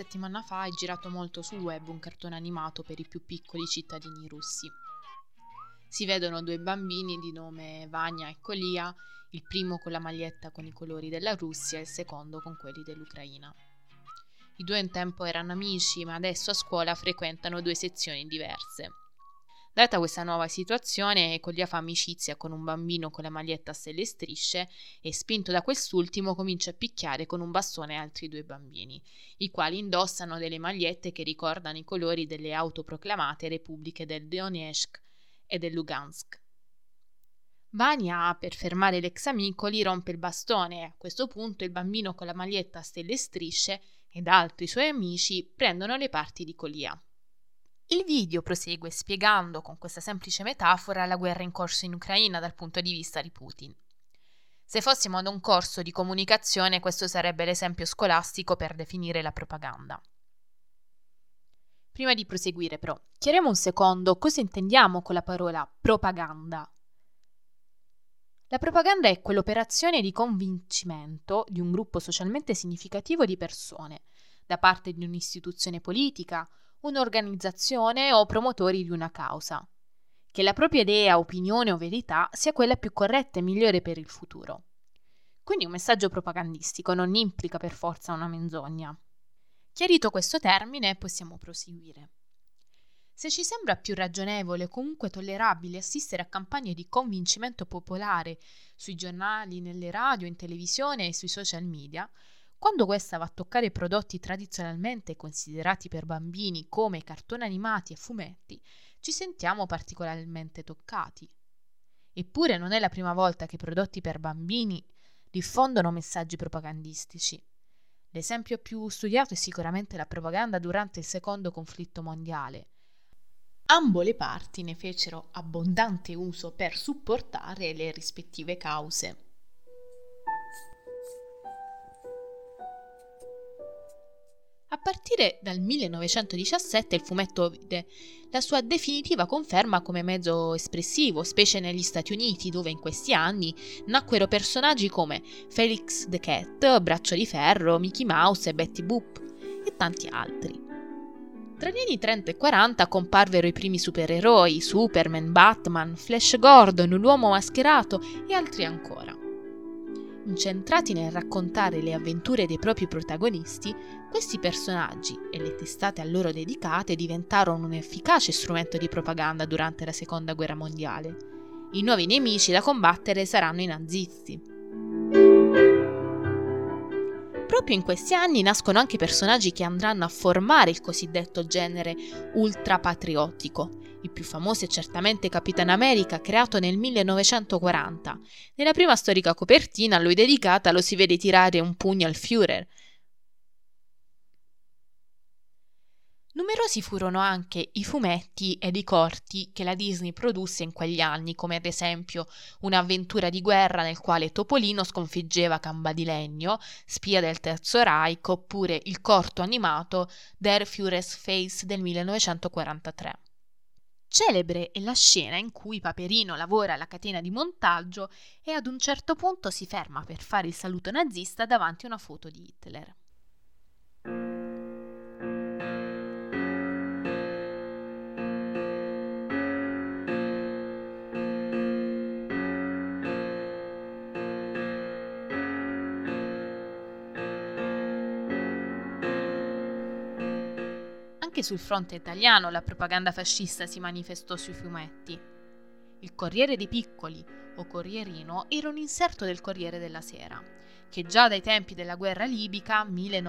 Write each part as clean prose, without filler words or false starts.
settimana fa è girato molto sul web un cartone animato per i più piccoli cittadini russi. Si vedono due bambini di nome Vanya e Kolia, il primo con la maglietta con i colori della Russia e il secondo con quelli dell'Ucraina. I due un tempo erano amici, ma adesso a scuola frequentano due sezioni diverse. Data questa nuova situazione, Kolia fa amicizia con un bambino con la maglietta a stelle e strisce e, spinto da quest'ultimo, comincia a picchiare con un bastone altri due bambini, i quali indossano delle magliette che ricordano i colori delle autoproclamate repubbliche del Donetsk e del Lugansk. Vanya, per fermare l'ex amico, gli rompe il bastone e a questo punto il bambino con la maglietta a stelle e strisce ed altri suoi amici prendono le parti di Kolia. Il video prosegue spiegando con questa semplice metafora la guerra in corso in Ucraina dal punto di vista di Putin. Se fossimo ad un corso di comunicazione, questo sarebbe l'esempio scolastico per definire la propaganda. Prima di proseguire, però, chiariamo un secondo cosa intendiamo con la parola propaganda. La propaganda è quell'operazione di convincimento di un gruppo socialmente significativo di persone, da parte di un'istituzione politica, un'organizzazione o promotori di una causa, che la propria idea, opinione o verità sia quella più corretta e migliore per il futuro. Quindi un messaggio propagandistico non implica per forza una menzogna. Chiarito questo termine, possiamo proseguire. Se ci sembra più ragionevole o comunque tollerabile assistere a campagne di convincimento popolare sui giornali, nelle radio, in televisione e sui social media, quando questa va a toccare prodotti tradizionalmente considerati per bambini come cartoni animati e fumetti, ci sentiamo particolarmente toccati. Eppure non è la prima volta che prodotti per bambini diffondono messaggi propagandistici. L'esempio più studiato è sicuramente la propaganda durante il secondo conflitto mondiale. Ambo le parti ne fecero abbondante uso per supportare le rispettive cause. A partire dal 1917 il fumetto vide la sua definitiva conferma come mezzo espressivo, specie negli Stati Uniti, dove in questi anni nacquero personaggi come Felix the Cat, Braccio di Ferro, Mickey Mouse e Betty Boop e tanti altri. Tra gli anni 30 e 40 comparvero i primi supereroi, Superman, Batman, Flash Gordon, l'uomo mascherato e altri ancora. Incentrati nel raccontare le avventure dei propri protagonisti, questi personaggi e le testate a loro dedicate diventarono un efficace strumento di propaganda durante la Seconda Guerra Mondiale. I nuovi nemici da combattere saranno i nazisti. Proprio in questi anni nascono anche personaggi che andranno a formare il cosiddetto genere ultrapatriottico. Il più famoso è certamente Capitan America, creato nel 1940. Nella prima storica copertina a lui dedicata lo si vede tirare un pugno al Führer. Numerosi furono anche i fumetti ed i corti che la Disney produsse in quegli anni, come ad esempio Un'avventura di guerra nel quale Topolino sconfiggeva Cambadilegno, spia del Terzo Reich, oppure il corto animato Der Führer's Face del 1943. Celebre è la scena in cui Paperino lavora alla catena di montaggio e ad un certo punto si ferma per fare il saluto nazista davanti a una foto di Hitler. Anche sul fronte italiano la propaganda fascista si manifestò sui fumetti. Il Corriere dei Piccoli, o Corrierino, era un inserto del Corriere della Sera, che già dai tempi della guerra libica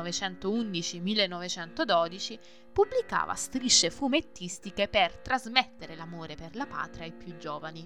1911-1912 pubblicava strisce fumettistiche per trasmettere l'amore per la patria ai più giovani.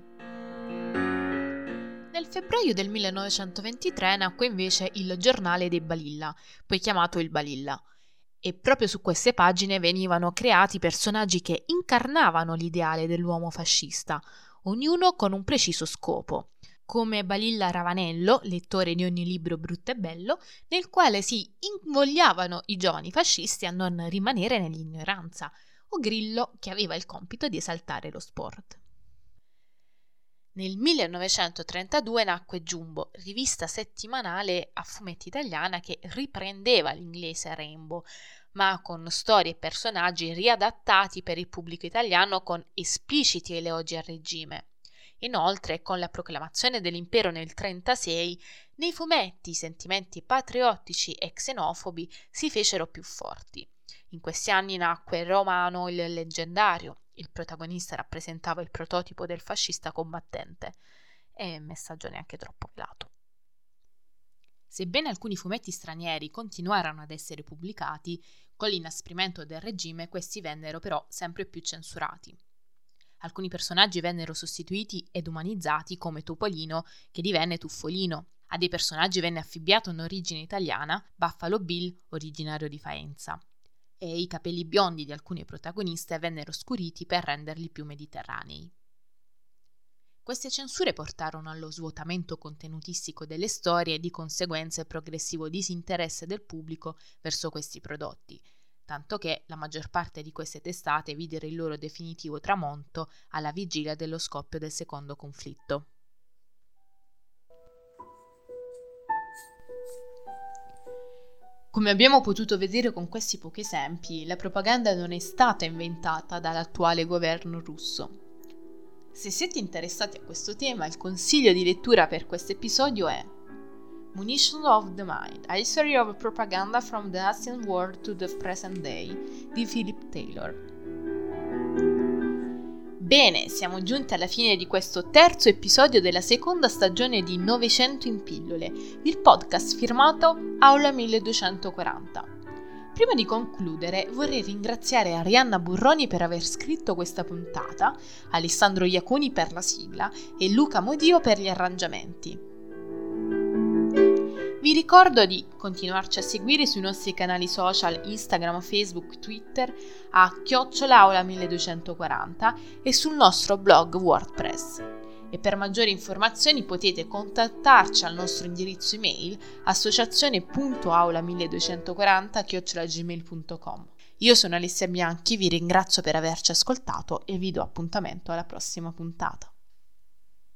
Nel febbraio del 1923 nacque invece il Giornale dei Balilla, poi chiamato il Balilla, e proprio su queste pagine venivano creati personaggi che incarnavano l'ideale dell'uomo fascista, ognuno con un preciso scopo, come Balilla Ravanello, lettore di ogni libro brutto e bello, nel quale si invogliavano i giovani fascisti a non rimanere nell'ignoranza, o Grillo, che aveva il compito di esaltare lo sport. Nel 1932 nacque Jumbo, rivista settimanale a fumetti italiana che riprendeva l'inglese Rainbow, ma con storie e personaggi riadattati per il pubblico italiano con espliciti elogi al regime. Inoltre, con la proclamazione dell'impero nel 1936, nei fumetti i sentimenti patriottici e xenofobi si fecero più forti. In questi anni nacque Romano il leggendario. Il protagonista rappresentava il prototipo del fascista combattente e messaggio neanche troppo velato. Sebbene alcuni fumetti stranieri continuarono ad essere pubblicati, con l'inasprimento del regime questi vennero però sempre più censurati. Alcuni personaggi vennero sostituiti ed umanizzati come Topolino, che divenne Tuffolino. A dei personaggi venne affibbiato un'origine italiana, Buffalo Bill, originario di Faenza. E i capelli biondi di alcune protagoniste vennero scuriti per renderli più mediterranei. Queste censure portarono allo svuotamento contenutistico delle storie e di conseguenza il progressivo disinteresse del pubblico verso questi prodotti, tanto che la maggior parte di queste testate videro il loro definitivo tramonto alla vigilia dello scoppio del secondo conflitto. Come abbiamo potuto vedere con questi pochi esempi, la propaganda non è stata inventata dall'attuale governo russo. Se siete interessati a questo tema, il consiglio di lettura per questo episodio è Munition of the Mind, A History of Propaganda from the Ancient World to the Present Day di Philip Taylor. Bene, siamo giunti alla fine di questo terzo episodio della seconda stagione di 900 in pillole, il podcast firmato Aula 1240. Prima di concludere vorrei ringraziare Arianna Burroni per aver scritto questa puntata, Alessandro Iaconi per la sigla e Luca Modio per gli arrangiamenti. Vi ricordo di continuarci a seguire sui nostri canali social Instagram, Facebook, Twitter a @aula1240 e sul nostro blog WordPress. E per maggiori informazioni potete contattarci al nostro indirizzo email associazione.aula1240@gmail.com. Io sono Alessia Bianchi, vi ringrazio per averci ascoltato e vi do appuntamento alla prossima puntata.